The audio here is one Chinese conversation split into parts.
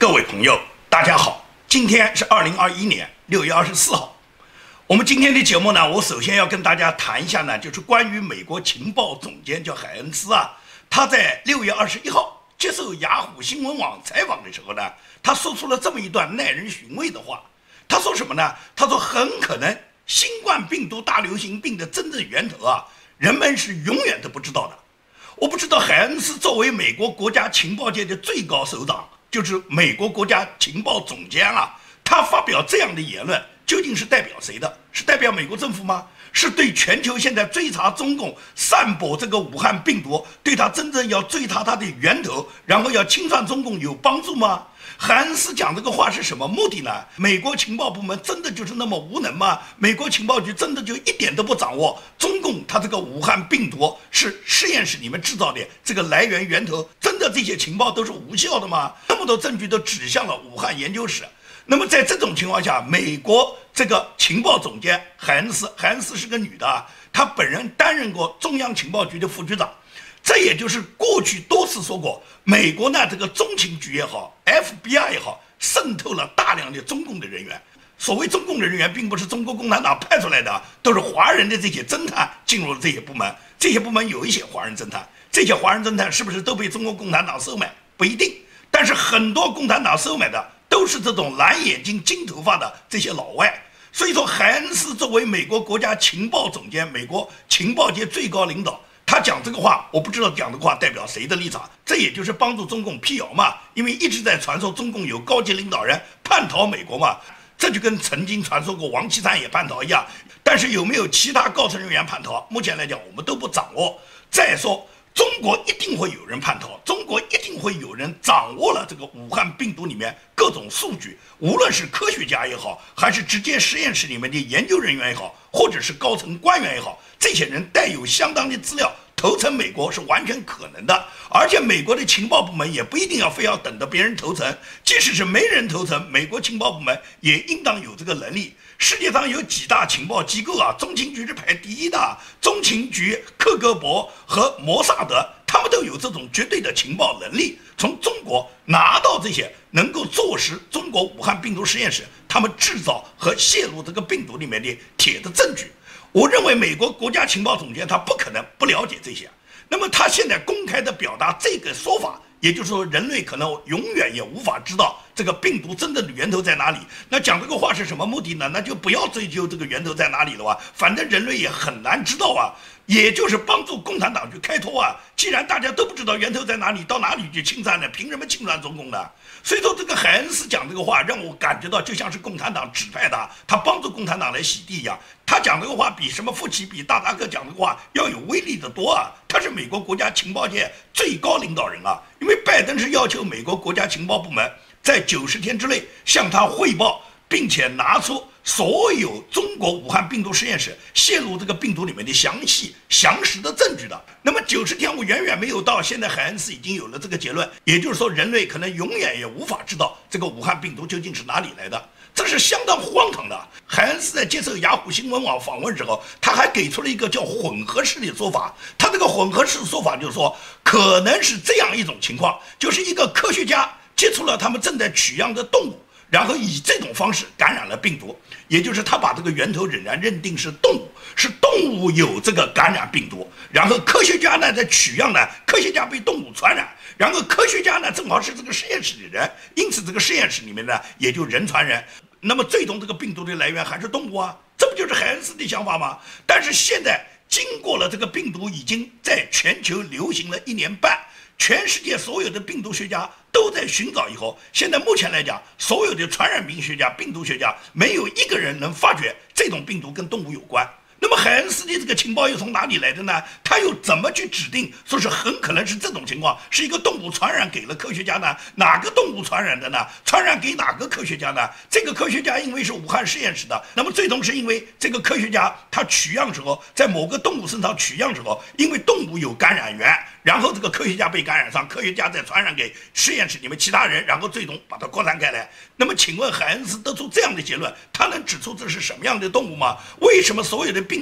各位朋友，大家好，今天是2021年6月24号。我们今天的节目呢，我首先要跟大家谈一下呢，就是关于美国情报总监叫海恩斯啊，他在6月21号接受雅虎新闻网采访的时候呢，他说出了这么一段耐人寻味的话。他说什么呢？他说很可能新冠病毒大流行病的真正源头啊，人们是永远都不知道的。我不知道海恩斯作为美国国家情报界的最高首长，就是美国国家情报总监啊，他发表这样的言论究竟是代表谁的？是代表美国政府吗？是对全球现在追查中共散播这个武汉病毒，对他真正要追查它的源头，然后要清算中共有帮助吗？海恩斯讲这个话是什么目的呢？美国情报部门真的就是那么无能吗？美国情报局真的就一点都不掌握中共它这个武汉病毒是实验室里面制造的这个来源源头，真的这些情报都是无效的吗？那么多证据都指向了武汉研究室。那么在这种情况下，美国这个情报总监海恩斯是个女的啊，她本人担任过中央情报局的副局长。这也就是过去多次说过，美国呢这个中情局也好 ，FBI 也好，渗透了大量的中共的人员。所谓中共的人员，并不是中国共产党派出来的，都是华人的这些侦探进入了这些部门。这些部门有一些华人侦探，这些华人侦探是不是都被中国共产党收买？不一定。但是很多共产党收买的都是这种蓝眼睛、金头发的这些老外。所以说，海恩斯作为美国国家情报总监，美国情报界最高领导。他讲这个话，我不知道讲这个话代表谁的立场，这也就是帮助中共辟谣嘛，因为一直在传说中共有高级领导人叛逃美国嘛，这就跟曾经传说过王岐山也叛逃一样，但是有没有其他高层人员叛逃，目前来讲我们都不掌握。再说中国一定会有人叛逃，中国一定会有人掌握了这个武汉病毒里面各种数据，无论是科学家也好，还是直接实验室里面的研究人员也好，或者是高层官员也好，这些人带有相当的资料投诚美国是完全可能的。而且美国的情报部门也不一定要非要等着别人投诚，即使是没人投诚，美国情报部门也应当有这个能力。世界上有几大情报机构啊，中情局是排第一的，中情局、克格勃和摩萨德，他们都有这种绝对的情报能力，从中国拿到这些能够坐实中国武汉病毒实验室他们制造和泄露这个病毒里面的铁的证据。我认为美国国家情报总监他不可能不了解这些，那么他现在公开的表达这个说法，也就是说人类可能永远也无法知道这个病毒真正的源头在哪里。那讲这个话是什么目的呢？那就不要追究这个源头在哪里了吧，反正人类也很难知道啊，也就是帮助共产党去开脱啊。既然大家都不知道源头在哪里，到哪里去清算呢？凭什么清算中共呢？所以说这个海恩斯讲这个话让我感觉到就像是共产党指派的，他帮助共产党来洗地一样。他讲这个话比什么福奇比大扎克讲这个话要有威力的多啊！他是美国国家情报界最高领导人啊，因为拜登是要求美国国家情报部门在90天之内向他汇报，并且拿出所有中国武汉病毒实验室泄露这个病毒里面的详实的证据的。那么90天我远远没有到，现在海恩斯已经有了这个结论，也就是说人类可能永远也无法知道这个武汉病毒究竟是哪里来的，这是相当荒唐的。海恩斯在接受雅虎新闻网访问时候，他还给出了一个叫混合式的说法。他这个混合式说法就是说，可能是这样一种情况，就是一个科学家接触了他们正在取样的动物，然后以这种方式感染了病毒，也就是他把这个源头仍然认定是动物，是动物有这个感染病毒，然后科学家呢在取样呢，科学家被动物传染，然后科学家呢正好是这个实验室的人，因此这个实验室里面呢也就人传人，那么最终这个病毒的来源还是动物啊，这不就是海恩斯的想法吗？但是现在经过了这个病毒已经在全球流行了1年半，全世界所有的病毒学家都在寻找以后，现在目前来讲，所有的传染病学家、病毒学家没有一个人能发觉这种病毒跟动物有关。那么海恩斯的这个情报又从哪里来的呢？他又怎么去指定说是很可能是这种情况，是一个动物传染给了科学家呢？哪个动物传染的呢？传染给哪个科学家呢？这个科学家因为是武汉实验室的，那么最终是因为这个科学家他取样时候，在某个动物身上取样时候，因为动物有感染源，然后这个科学家被感染上，科学家再传染给实验室里面其他人，然后最终把它扩散开来。那么请问海恩斯得出这样的结论，他能指出这是什么样的动物吗？为什么所有的病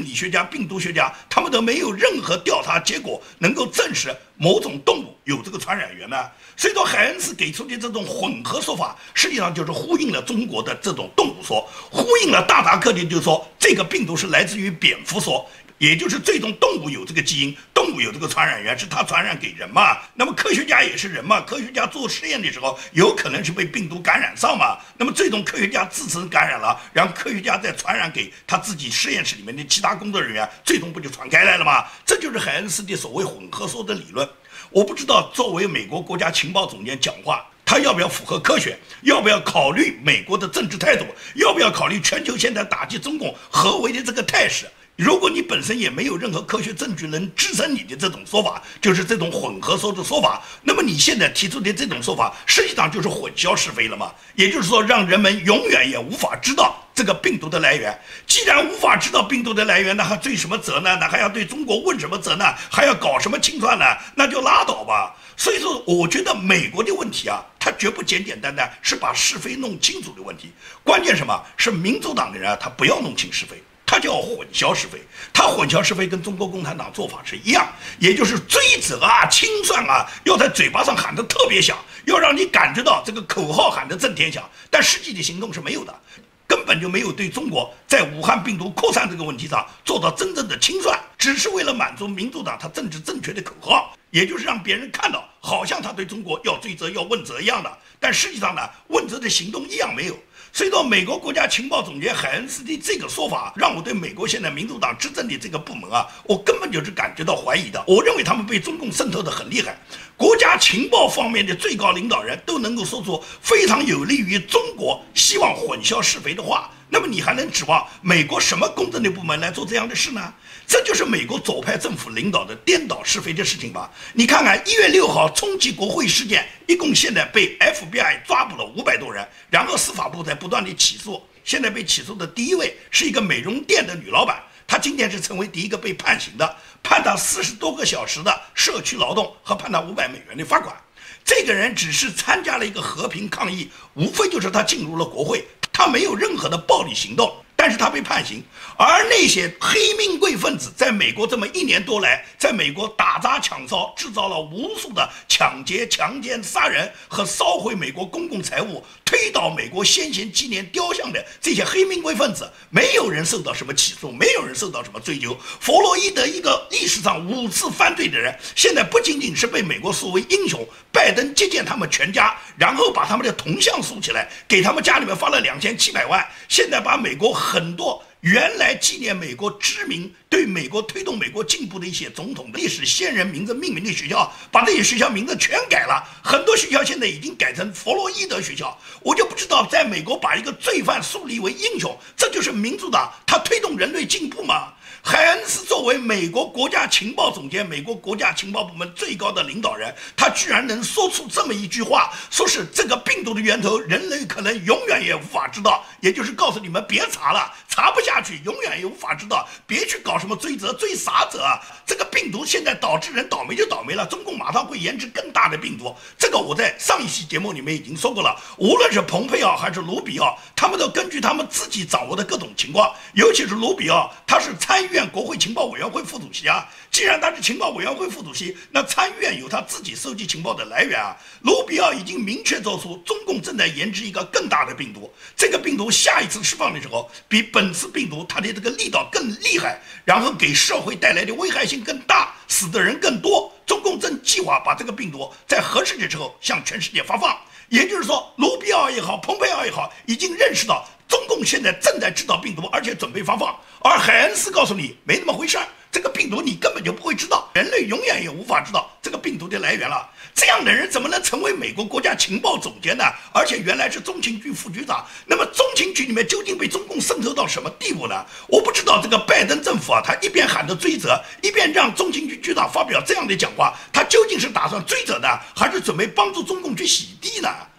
病理学家、病毒学家，他们都没有任何调查结果能够证实某种动物有这个传染源呢。所以说，海恩斯给出的这种混合说法，实际上就是呼应了中国的这种动物说，呼应了大达克的，就是说这个病毒是来自于蝙蝠说。也就是最终动物有这个基因，动物有这个传染源，是它传染给人嘛？那么科学家也是人嘛？科学家做实验的时候，有可能是被病毒感染上嘛？那么最终科学家自身感染了，然后科学家再传染给他自己实验室里面的其他工作人员，最终不就传开来了吗？这就是海恩斯的所谓混合说的理论。我不知道作为美国国家情报总监讲话，他要不要符合科学？要不要考虑美国的政治态度？要不要考虑全球现在打击中共合围的这个态势？如果你本身也没有任何科学证据能支撑你的这种说法，就是这种混合说的说法，那么你现在提出的这种说法，实际上就是混淆是非了嘛？也就是说，让人们永远也无法知道这个病毒的来源。既然无法知道病毒的来源，那还追什么责呢？那还要对中国问什么责呢？还要搞什么清算呢？那就拉倒吧。所以说，我觉得美国的问题啊，它绝不简简单单是把是非弄清楚的问题。关键什么？是民主党的人啊，他不要弄清是非。他叫混淆是非，他混淆是非跟中国共产党做法是一样，也就是追责啊、清算啊，要在嘴巴上喊得特别响，要让你感觉到这个口号喊得震天响，但实际的行动是没有的，根本就没有对中国在武汉病毒扩散这个问题上做到真正的清算，只是为了满足民主党他政治正确的口号，也就是让别人看到好像他对中国要追责要问责一样的，但实际上呢，问责的行动一样没有。所以说，美国国家情报总监海恩斯的这个说法，让我对美国现在民主党执政的这个部门啊，我根本就是感觉到怀疑的。我认为他们被中共渗透得很厉害，国家情报方面的最高领导人都能够说出非常有利于中国、希望混淆是非的话。那么你还能指望美国什么公正的部门来做这样的事呢？这就是美国左派政府领导的颠倒是非的事情吧？你看看1月6号冲击国会事件，一共现在被 FBI 抓捕了500多人，然后司法部在不断的起诉。现在被起诉的第一位是一个美容店的女老板，她今天是成为第一个被判刑的，判她40多个小时的社区劳动和判她500美元的罚款。这个人只是参加了一个和平抗议，无非就是他进入了国会，他没有任何的暴力行动，但是他被判刑。而那些黑命贵分子在美国这么1年多来，在美国打砸抢烧，制造了无数的抢劫、强奸、杀人和烧毁美国公共财物，推倒美国先贤纪念雕像的这些黑命贵分子，没有人受到什么起诉，没有人受到什么追究。弗洛伊德一个历史上5次犯罪的人，现在不仅仅是被美国视为英雄，拜登接见他们全家，然后把他们的铜像竖起来，给他们家里面发了2700万，现在把美国很多原来纪念美国知名、对美国推动美国进步的一些总统历史先人名字命名的学校，把这些学校名字全改了，很多学校现在已经改成弗洛伊德学校。我就不知道，在美国把一个罪犯树立为英雄，这就是民主党他推动人类进步吗？海恩斯作为美国国家情报总监、美国国家情报部门最高的领导人，他居然能说出这么一句话，说是这个病毒的源头人类可能永远也无法知道，也就是告诉你们别查了，查不下去，永远也无法知道，别去搞什么追责、追啥责啊！这个病毒现在导致人倒霉就倒霉了，中共马上会研制更大的病毒。这个我在上一期节目里面已经说过了，无论是蓬佩奥还是卢比奥，他们都根据他们自己掌握的各种情况，尤其是卢比奥，他是参议院国会情报委员会副主席啊。既然他是情报委员会副主席，那参议院有他自己收集情报的来源啊。卢比奥已经明确做出，中共正在研制一个更大的病毒，这个病毒下一次释放的时候，比本次病毒它的这个力道更厉害，然后给社会带来的危害性更大，死的人更多。中共正计划把这个病毒在合适的时候向全世界发放。也就是说，卢比奥也好，蓬佩奥也好，已经认识到中共现在正在制造病毒，而且准备发放。而海恩斯告诉你没那么回事儿，这个病毒你根本就不会知道，人类永远也无法知道这个病毒的来源了。这样的人怎么能成为美国国家情报总监呢？而且原来是中情局副局长，那么中情局里面究竟被中共渗透到什么地步呢？我不知道这个拜登政府啊，他一边喊着追责，一边让中情局局长发表这样的讲话，他究竟是打算追责呢，还是准备帮助中共去洗地呢？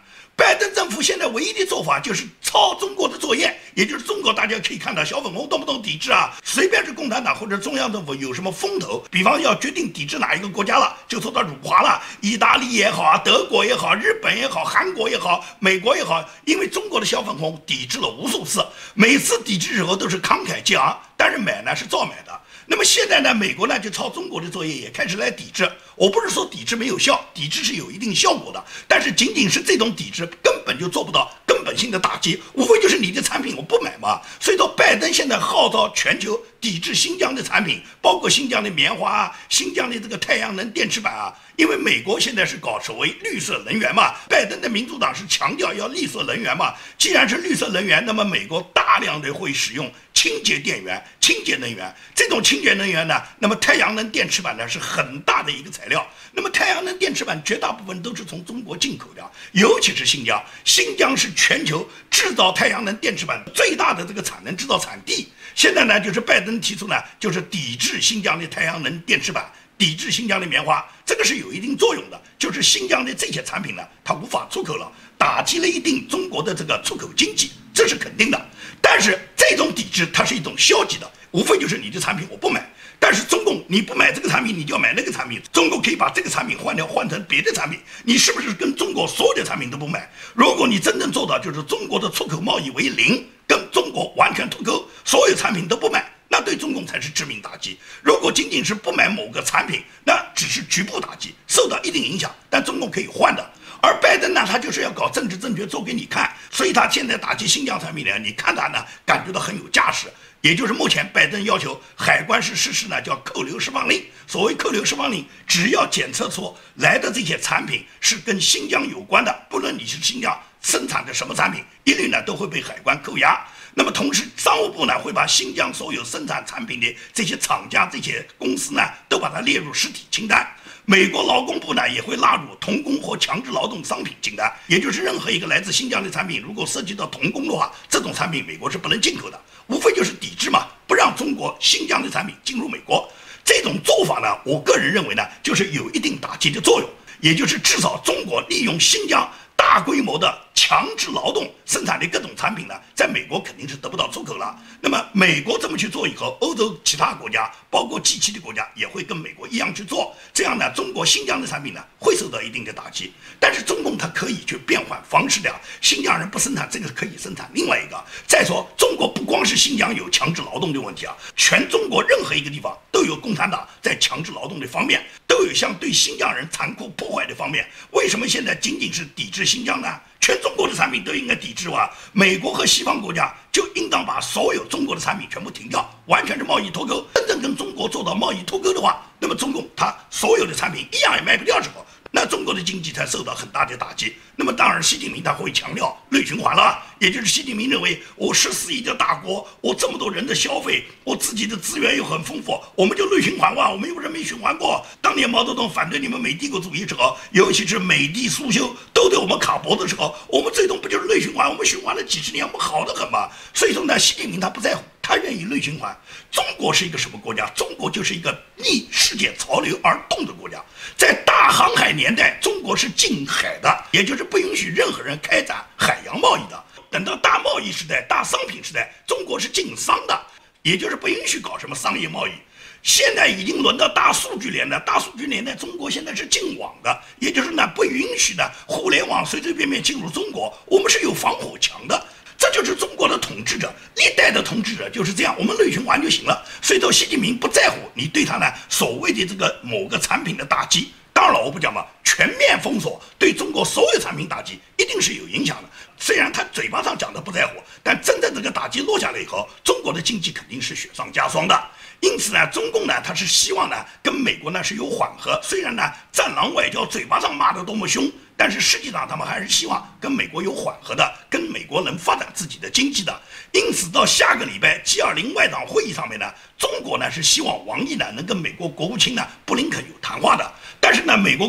拜登政府现在唯一的做法就是抄中国的作业，也就是中国大家可以看到小粉红动不动抵制啊，随便是共产党或者中央政府有什么风头，比方要决定抵制哪一个国家了，就受到辱华了，意大利也好啊，德国也好，日本也好，韩国也好，美国也好，因为中国的小粉红抵制了无数次，每次抵制时候都是慷慨激昂，但是买呢是照买的。那么现在呢，美国呢就抄中国的作业，也开始来抵制。我不是说抵制没有效，抵制是有一定效果的，但是仅仅是这种抵制根本就做不到根本性的打击，无非就是你的产品我不买嘛。所以说，拜登现在号召全球抵制新疆的产品，包括新疆的棉花啊，新疆的这个太阳能电池板啊。因为美国现在是搞所谓绿色能源嘛，拜登的民主党是强调要绿色能源嘛。既然是绿色能源，那么美国大量的会使用清洁电源、清洁能源。这种清洁能源呢，那么太阳能电池板呢是很大的一个材料。那么太阳能电池板绝大部分都是从中国进口的，尤其是新疆，新疆是全球制造太阳能电池板最大的这个产能制造产地。现在呢，就是拜登提出呢，就是抵制新疆的太阳能电池板。抵制新疆的棉花，这个是有一定作用的，就是新疆的这些产品呢，它无法出口了，打击了一定中国的这个出口经济，这是肯定的。但是这种抵制它是一种消极的，无非就是你的产品我不买，但是中共你不买这个产品，你就要买那个产品，中国可以把这个产品换掉，换成别的产品，你是不是跟中国所有的产品都不买？如果你真正做到就是中国的出口贸易为零，跟中国完全脱钩，所有产品都不买，那对中共才是致命打击。如果仅仅是不买某个产品，那只是局部打击，受到一定影响，但中共可以换的。而拜登呢，他就是要搞政治正确，做给你看，所以他现在打击新疆产品呢，你看他呢，感觉到很有架势。也就是目前拜登要求海关实施呢，叫扣留释放令。所谓扣留释放令，只要检测出来的这些产品是跟新疆有关的，不论你是新疆生产的什么产品，一律呢都会被海关扣押。那么同时，商务部呢会把新疆所有生产产品的这些厂家、这些公司呢，都把它列入实体清单。美国劳工部呢也会纳入童工或强制劳动商品清单，也就是任何一个来自新疆的产品，如果涉及到童工的话，这种产品美国是不能进口的，无非就是抵制嘛，不让中国新疆的产品进入美国。这种做法呢，我个人认为呢，就是有一定打击的作用，也就是至少中国利用新疆大规模的强制劳动生产的各种产品呢，在美国肯定是得不到出口了。那么美国这么去做以后，欧洲其他国家，包括 G7的国家也会跟美国一样去做。这样呢，中国新疆的产品呢会受到一定的打击。但是中共它可以去变换方式的，新疆人不生产这个可以生产另外一个。再说，中国不光是新疆有强制劳动的问题啊，全中国任何一个地方都有共产党在强制劳动的方面，都有像对新疆人残酷破坏的方面。为什么现在仅仅是抵制新疆呢？全中国的产品都应该抵制啊！美国和西方国家就应当把所有中国的产品全部停掉，完全是贸易脱钩。真正跟中国做到贸易脱钩的话，那么中共它所有的产品一样也卖不掉时候，那中国的经济才受到很大的打击。那么当然，习近平他会强调内循环了，也就是习近平认为我14亿的大国，我这么多人的消费，我自己的资源又很丰富，我们就内循环吧，我们又不是没循环过。当年毛泽东反对你们美帝国主义时候，尤其是美帝苏修都对我们卡脖子的时候，我们最终不就是内循环？我们循环了几十年，我们好得很嘛。所以说呢，习近平他不在乎，他愿意内循环。中国是一个什么国家？中国就是一个逆世界潮流而动的国家。在大航海年代，中国是禁海的，也就是不允许任何人开展海洋贸易的。等到大贸易时代、大商品时代，中国是禁商的，也就是不允许搞什么商业贸易。现在已经轮到大数据年代，大数据年代中国现在是禁网的，也就是呢不允许的互联网随随便便进入中国，我们是有防火墙的。这就是中国的统治者，历代的统治者就是这样，我们内循环就行了。所以说，习近平不在乎你对他呢所谓的这个某个产品的打击。当然了，我不讲嘛，全面封锁对中国所有产品打击一定是有影响的。虽然他嘴巴上讲的不在乎，但真正这个打击落下来以后，中国的经济肯定是雪上加霜的。因此呢，中共呢，他是希望呢跟美国呢是有缓和。虽然呢战狼外交嘴巴上骂得多么凶，但是实际上他们还是希望跟美国有缓和的，跟美国能发展自己的经济的。因此到下个礼拜 G20 外长会议上面呢，中国呢是希望王毅呢能跟美国国务卿呢布林肯有谈话的。但是呢，美国国务院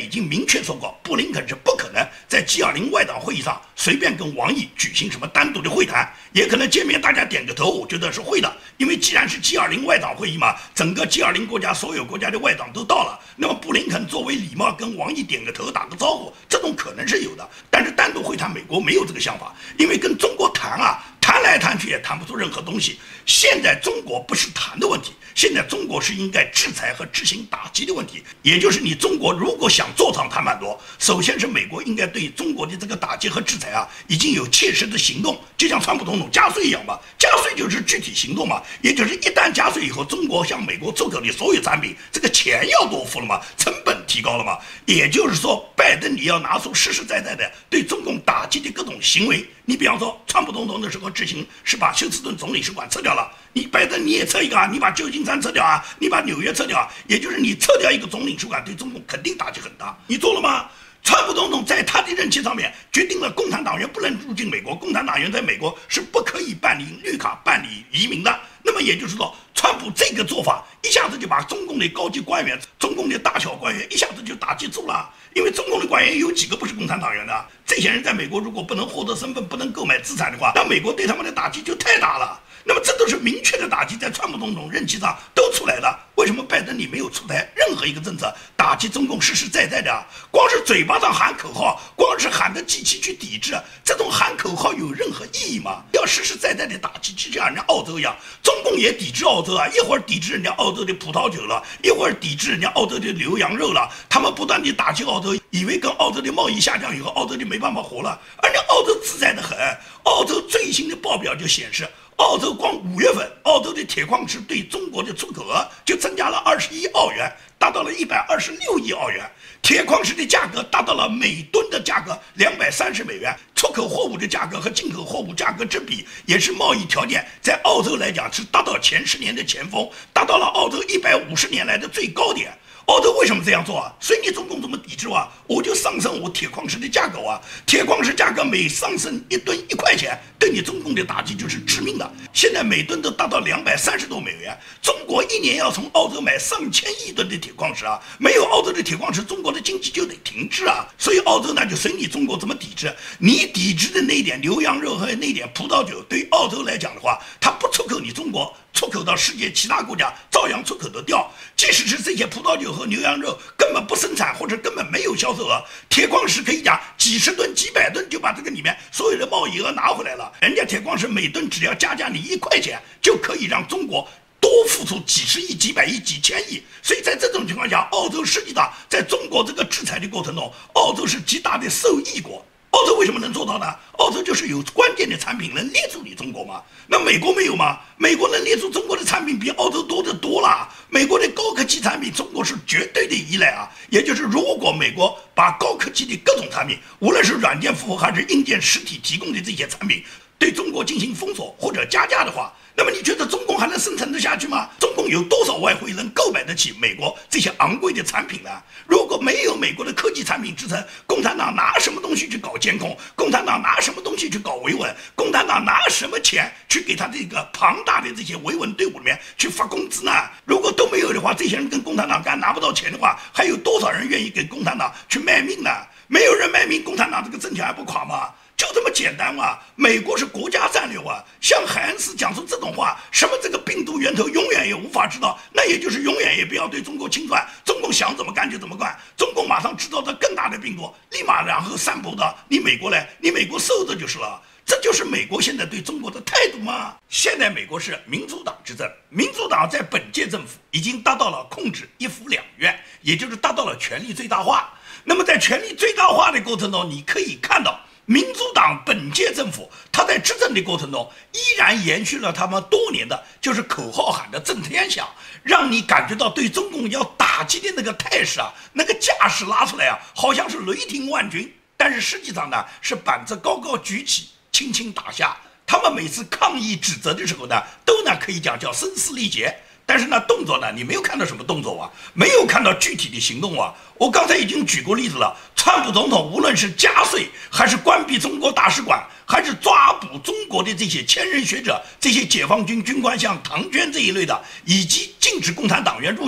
已经明确说过，布林肯是不可能在 G20 外长会议上随便跟王毅举行什么单独的会谈，也可能见面大家点个头，我觉得是会的。因为既然是 G20 外长会议嘛，整个 G20 国家所有国家的外长都到了，那么布林肯作为礼貌跟王毅点个头打个招呼，这种可能是有的。但是单独会谈，美国没有这个想法，因为跟中国谈啊，谈来谈去也谈不出任何东西。现在中国不是谈的问题，现在中国是应该制裁和执行打击的问题。也就是你中国如果想坐上谈判桌，首先是美国应该对中国的这个打击和制裁啊，已经有切实的行动，就像川普总统加税一样嘛，加税就是具体行动嘛，也就是一旦加税以后，中国向美国出口的所有产品，这个钱要多付了嘛，成本提高了嘛，也就是说，拜登你要拿出实实在在的对中共打击的各种行为。你比方说，川普总统的时候执行是把休斯顿总领事馆撤掉了，你拜登你也撤一个啊，你把旧金山撤掉啊，你把纽约撤掉啊，也就是你撤掉一个总领事馆，对中共肯定打击很大。你做了吗？川普总统在他的任期上面决定了共产党员不能入境美国，共产党员在美国是不可以办理绿卡、办理移民的。那么也就是说，川普这个做法一下子就把中共的高级官员、中共的大小官员一下子就打击住了。因为中共的官员有几个不是共产党员的？这些人在美国如果不能获得身份、不能购买资产的话，那美国对他们的打击就太大了。那么这都是明确的打击，在川普总统任期上都出来了。为什么拜登你没有出台任何一个政策打击中共实实在在的啊？光是嘴巴上喊口号，光是喊着机器去抵制，这种喊口号有任何意义吗？要实实在在的打击，就像人家澳洲一样，中共也抵制澳洲啊，一会儿抵制人家澳洲的葡萄酒了，一会儿抵制人家澳洲的牛羊肉了，他们不断地打击澳洲，以为跟澳洲的贸易下降以后，澳洲就没办法活了，而且澳洲自在的很。澳洲最新的报表就显示，澳洲光5月份，澳洲的铁矿石对中国的出口额就增加了21澳元，达到了126亿澳元。铁矿石的价格达到了每吨的价格230美元，出口货物的价格和进口货物价格之比，也是贸易条件在澳洲来讲是达到前10年的前锋，达到了澳洲150年来的最高点。澳洲为什么这样做啊？随你中共怎么抵制啊，我就上升我铁矿石的价格啊！铁矿石价格每上升1吨1块钱，对你中共的打击就是致命的。现在每吨都达到230多美元，中国一年要从澳洲买上千亿吨的铁矿石啊！没有澳洲的铁矿石，中国的经济就得停滞啊！所以澳洲呢就随你中国怎么抵制，你抵制的那点牛羊肉和那点葡萄酒，对澳洲来讲的话，它不出口你中国，出口到世界其他国家照样出口得掉。即使是这些葡萄酒和牛羊肉根本不生产或者根本没有销售额，铁矿石可以讲几十吨几百吨就把这个里面所有的贸易额拿回来了。人家铁矿石每吨只要加价你1块钱，就可以让中国多付出几十亿、几百亿、几千亿。所以在这种情况下，澳洲实际上在中国这个制裁的过程中，澳洲是极大的受益国。澳洲为什么能做到呢？澳洲就是有关键的产品能列出你中国吗？那美国没有吗？美国能列出中国的产品比澳洲多得多了。美国的高科技产品，中国是绝对的依赖啊。也就是如果美国把高科技的各种产品，无论是软件服务还是硬件实体提供的这些产品，对中国进行封锁或者加价的话，那么你觉得中共还能生存得下去吗？中共有多少外汇能购买得起美国这些昂贵的产品呢？如果没有美国的科技产品支撑，共产党拿什么东西去搞监控？共产党拿什么东西去搞维稳？共产党拿什么钱去给他这个庞大的这些维稳队伍里面去发工资呢？如果都没有的话，这些人跟共产党干拿不到钱的话，还有多少人愿意给共产党去卖命呢？没有人卖命，共产党这个政权还不垮吗？就这么简单啊！美国是国家战略啊！像海恩斯讲出这种话，什么这个病毒源头永远也无法知道，那也就是永远也不要对中国侵犯，中共想怎么干就怎么干，中共马上制造着更大的病毒，立马然后散播到你美国来，你美国受着就是了。这就是美国现在对中国的态度吗？现在美国是民主党执政，民主党在本届政府已经达到了控制一府两院，也就是达到了权力最大化。那么在权力最大化的过程中，你可以看到民主党本届政府，他在执政的过程中，依然延续了他们多年的，就是口号喊的震天响，让你感觉到对中共要打击的那个态势啊，那个架势拉出来啊，好像是雷霆万钧。但是实际上呢，是板子高高举起，轻轻打下。他们每次抗议指责的时候呢，都可以讲叫声嘶力竭。但是呢，动作呢，你没有看到什么动作啊，没有看到具体的行动啊。我刚才已经举过例子了，川普总统无论是加税，还是关闭中国大使馆，还是抓捕中国的这些前任学者、这些解放军军官，像唐娟这一类的，以及禁止共产党员入境，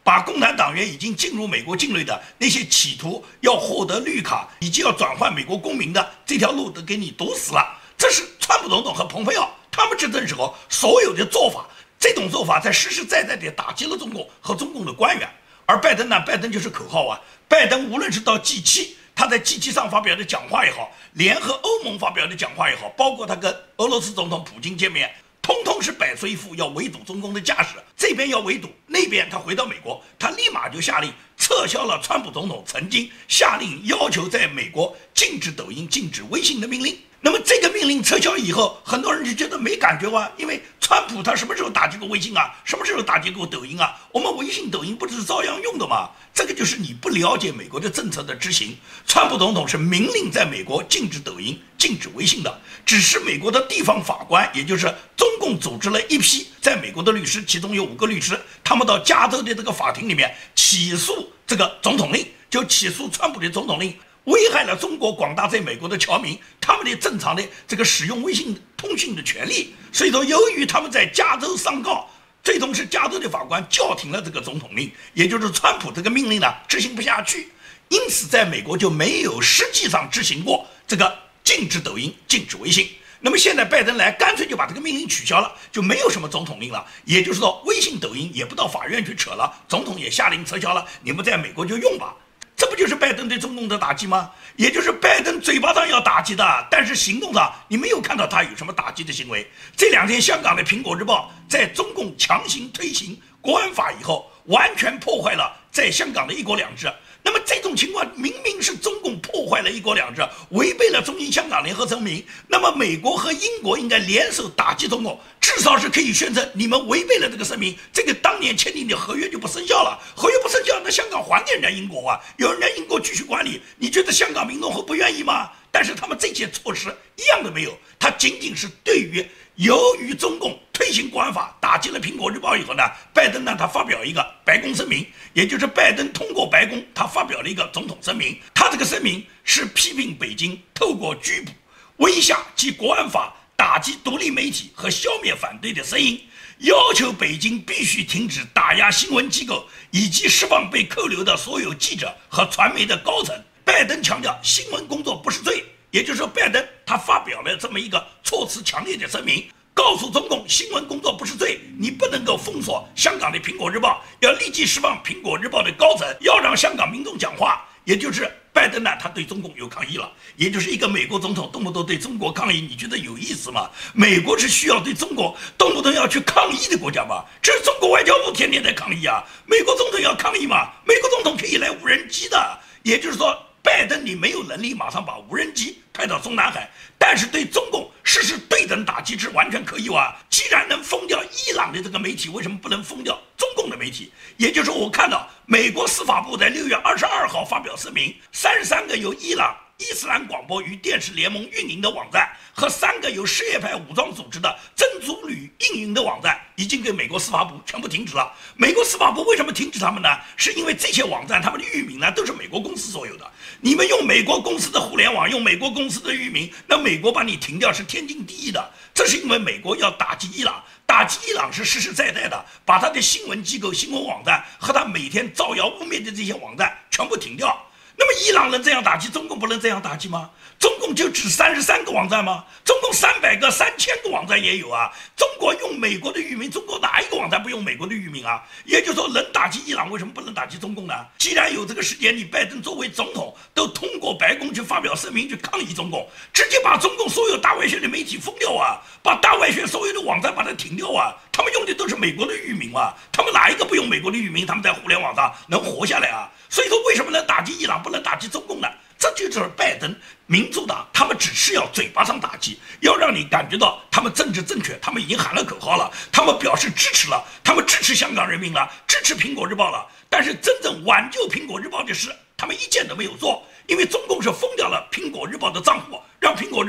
把共产党员已经进入美国境内的那些企图要获得绿卡以及要转换美国公民的这条路都给你堵死了。这是川普总统和蓬佩奥他们执政时候所有的做法，这种做法在实实在在地打击了中共和中共的官员。而拜登呢，拜登就是口号啊，拜登无论是到 G7， 他在 G7 上发表的讲话也好，联合欧盟发表的讲话也好，包括他跟俄罗斯总统普京见面，通通是摆出一副要围堵中共的架势，这边要围堵，那边他回到美国，他立马就下令撤销了川普总统曾经下令要求在美国禁止抖音、禁止微信的命令。那么这个命令撤销以后，很多人就觉得没感觉啊，因为川普他什么时候打击过微信啊？什么时候打击过抖音啊？我们微信、抖音不是照样用的吗？这个就是你不了解美国的政策的执行。川普总统是明令在美国禁止抖音、禁止微信的，只是美国的地方法官，也就是中共组织了一批在美国的律师，其中有5个律师，他们到加州的这个法庭里面起诉这个总统令，就起诉川普的总统令。危害了中国广大在美国的侨民他们的正常的这个使用微信通讯的权利，所以说由于他们在加州上告，最终是加州的法官叫停了这个总统令，也就是川普这个命令呢执行不下去，因此在美国就没有实际上执行过这个禁止抖音、禁止微信。那么现在拜登来干脆就把这个命令取消了，就没有什么总统令了，也就是说微信、抖音也不到法院去扯了，总统也下令撤销了，你们在美国就用吧。这不就是拜登对中共的打击吗？也就是拜登嘴巴上要打击的，但是行动上你没有看到他有什么打击的行为。这2天香港的《苹果日报》在中共强行推行国安法以后，完全破坏了在香港的一国两制。那么这种情况明明是中共破坏了一国两制，违背了中英香港联合声明，那么美国和英国应该联手打击中共，至少是可以宣称你们违背了这个声明，这个当年签订的合约就不生效了，合约不生效，那香港还给人家英国啊，有人家英国继续管理，你觉得香港民众会不愿意吗？但是他们这些措施一样都没有，他仅仅是对于由于中共推行国安法打击了苹果日报以后呢，拜登呢他发表一个白宫声明，也就是拜登通过白宫他发表了一个总统声明，他这个声明是批评北京透过拘捕、威吓及国安法打击独立媒体和消灭反对的声音，要求北京必须停止打压新闻机构以及释放被扣留的所有记者和传媒的高层。拜登强调新闻工作不是罪，也就是说拜登他发表了这么一个措辞强烈的声明，告诉中共新闻工作不是罪，你不能够封锁香港的苹果日报，要立即释放苹果日报的高层，要让香港民众讲话。也就是拜登呢他对中共有抗议了，也就是一个美国总统动不动对中国抗议，你觉得有意思吗？美国是需要对中国动不动要去抗议的国家吗？这是中国外交部天天在抗议啊，美国总统要抗议吗？美国总统可以来无人机的，也就是说拜登你没有能力马上把无人机派到中南海，但是对中共实施对等打击是完全可以哇。既然能封掉伊朗的这个媒体，为什么不能封掉中共的媒体？也就是说我看到美国司法部在6月22号发表声明，33个由伊朗伊斯兰广播与电视联盟运营的网站和3个由什叶派武装组织的真主旅运营的网站已经给美国司法部全部停止了。美国司法部为什么停止他们呢？是因为这些网站他们的域名呢都是美国公司所有的，你们用美国公司的互联网，用美国公司的域名，那美国把你停掉是天经地义的。这是因为美国要打击伊朗，打击伊朗是实实在在的，把他的新闻机构、新闻网站和他每天造谣污蔑的这些网站全部停掉。那么伊朗能这样打击，中共不能这样打击吗？中共就只33个网站吗？中共300个、3000个网站也有啊。中国用美国的域名，中国哪一个网站不用美国的域名啊？也就是说，能打击伊朗，为什么不能打击中共呢？既然有这个时间，你拜登作为总统都通过白宫去发表声明去抗议中共，直接把中共所有大外宣的媒体封掉啊，把大外宣所有的网站把它停掉啊。他们用的都是美国的域名啊，他们哪一个不用美国的域名，他们在互联网上能活下来啊？所以说，为什么能打击伊朗，不能打击中共呢？这就是拜登、民主党，他们只是要嘴巴上打击，要让你感觉到他们政治正确，他们已经喊了口号了，他们表示支持了，他们支持香港人民了，支持苹果日报了。但是真正挽救苹果日报的事，他们一件都没有做，因为中共是封掉了苹果日报的账户，让苹果日报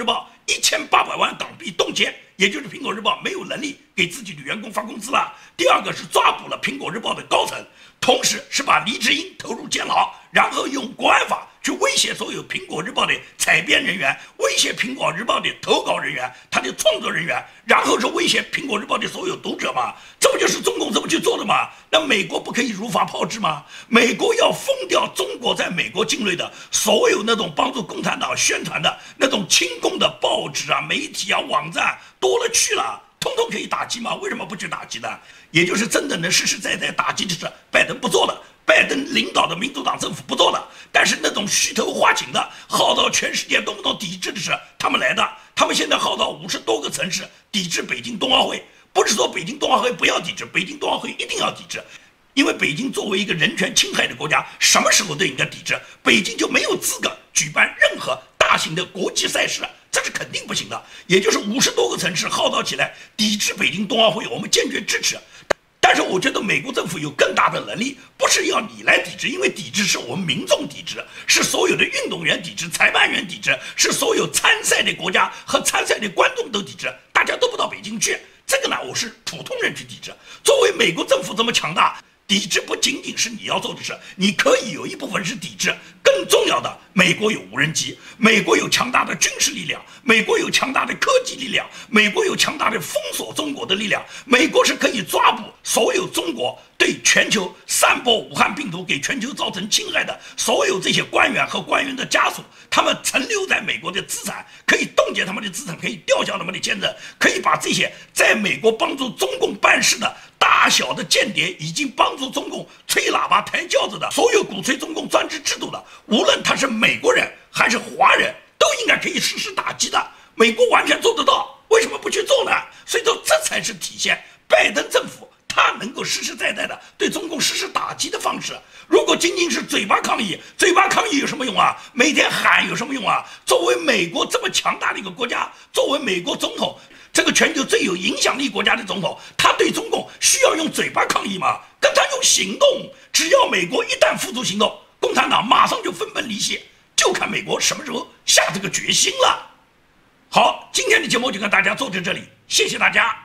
1800万港币冻结，也就是苹果日报没有能力给自己的员工发工资了。第二个是抓捕了苹果日报的高层，同时是把黎智英投入监牢，然后用国安法去威胁所有苹果日报的采编人员，威胁苹果日报的投稿人员，他的创作人员，然后是威胁苹果日报的所有读者嘛？这不就是中共这么去做的吗？那美国不可以如法炮制吗？美国要封掉中国在美国境内的所有那种帮助共产党宣传的那种亲共的报纸啊、媒体啊、网站多了去了，通通可以打击吗？为什么不去打击呢？也就是真正的实实在在打击的是拜登不做的，拜登领导的民主党政府不做的。但是那种虚头画颈的号召全世界动不动抵制的是他们来的，他们现在号召50多个城市抵制北京冬奥会，不是说北京冬奥会不要抵制，北京冬奥会一定要抵制。因为北京作为一个人权侵害的国家，什么时候都应该抵制，北京就没有资格举办任何大型的国际赛事，这是肯定不行的。也就是50多个城市号召起来抵制北京冬奥会，我们坚决支持。但是我觉得美国政府有更大的能力，不是要你来抵制，因为抵制是我们民众抵制，是所有的运动员抵制、裁判员抵制，是所有参赛的国家和参赛的观众都抵制，大家都不到北京去。这个呢，我是普通人去抵制。作为美国政府这么强大，抵制不仅仅是你要做的事，你可以有一部分是抵制。更重要的，美国有无人机，美国有强大的军事力量，美国有强大的科技力量，美国有强大的封锁中国的力量，美国是可以抓捕所有中国对全球散播武汉病毒给全球造成侵害的所有这些官员和官员的家属，他们存留在美国的资产，可以冻结他们的资产，可以吊销他们的签证，可以把这些在美国帮助中共办事的大小的间谍，已经帮助中共吹喇叭抬轿子的所有鼓吹中共专制制度的，无论他是美国人还是华人，都应该可以实施打击的。美国完全做得到，为什么不去做呢？所以说这才是体现拜登政府他能够实实在在的对中共实施打击的方式。如果仅仅是嘴巴抗议，嘴巴抗议有什么用啊？每天喊有什么用啊？作为美国这么强大的一个国家，作为美国总统，这个全球最有影响力国家的总统，他对中共需要用嘴巴抗议吗？跟他用行动。只要美国一旦付诸行动，共产党马上就分崩离析，就看美国什么时候下这个决心了。好，今天的节目就跟大家做到这里，谢谢大家。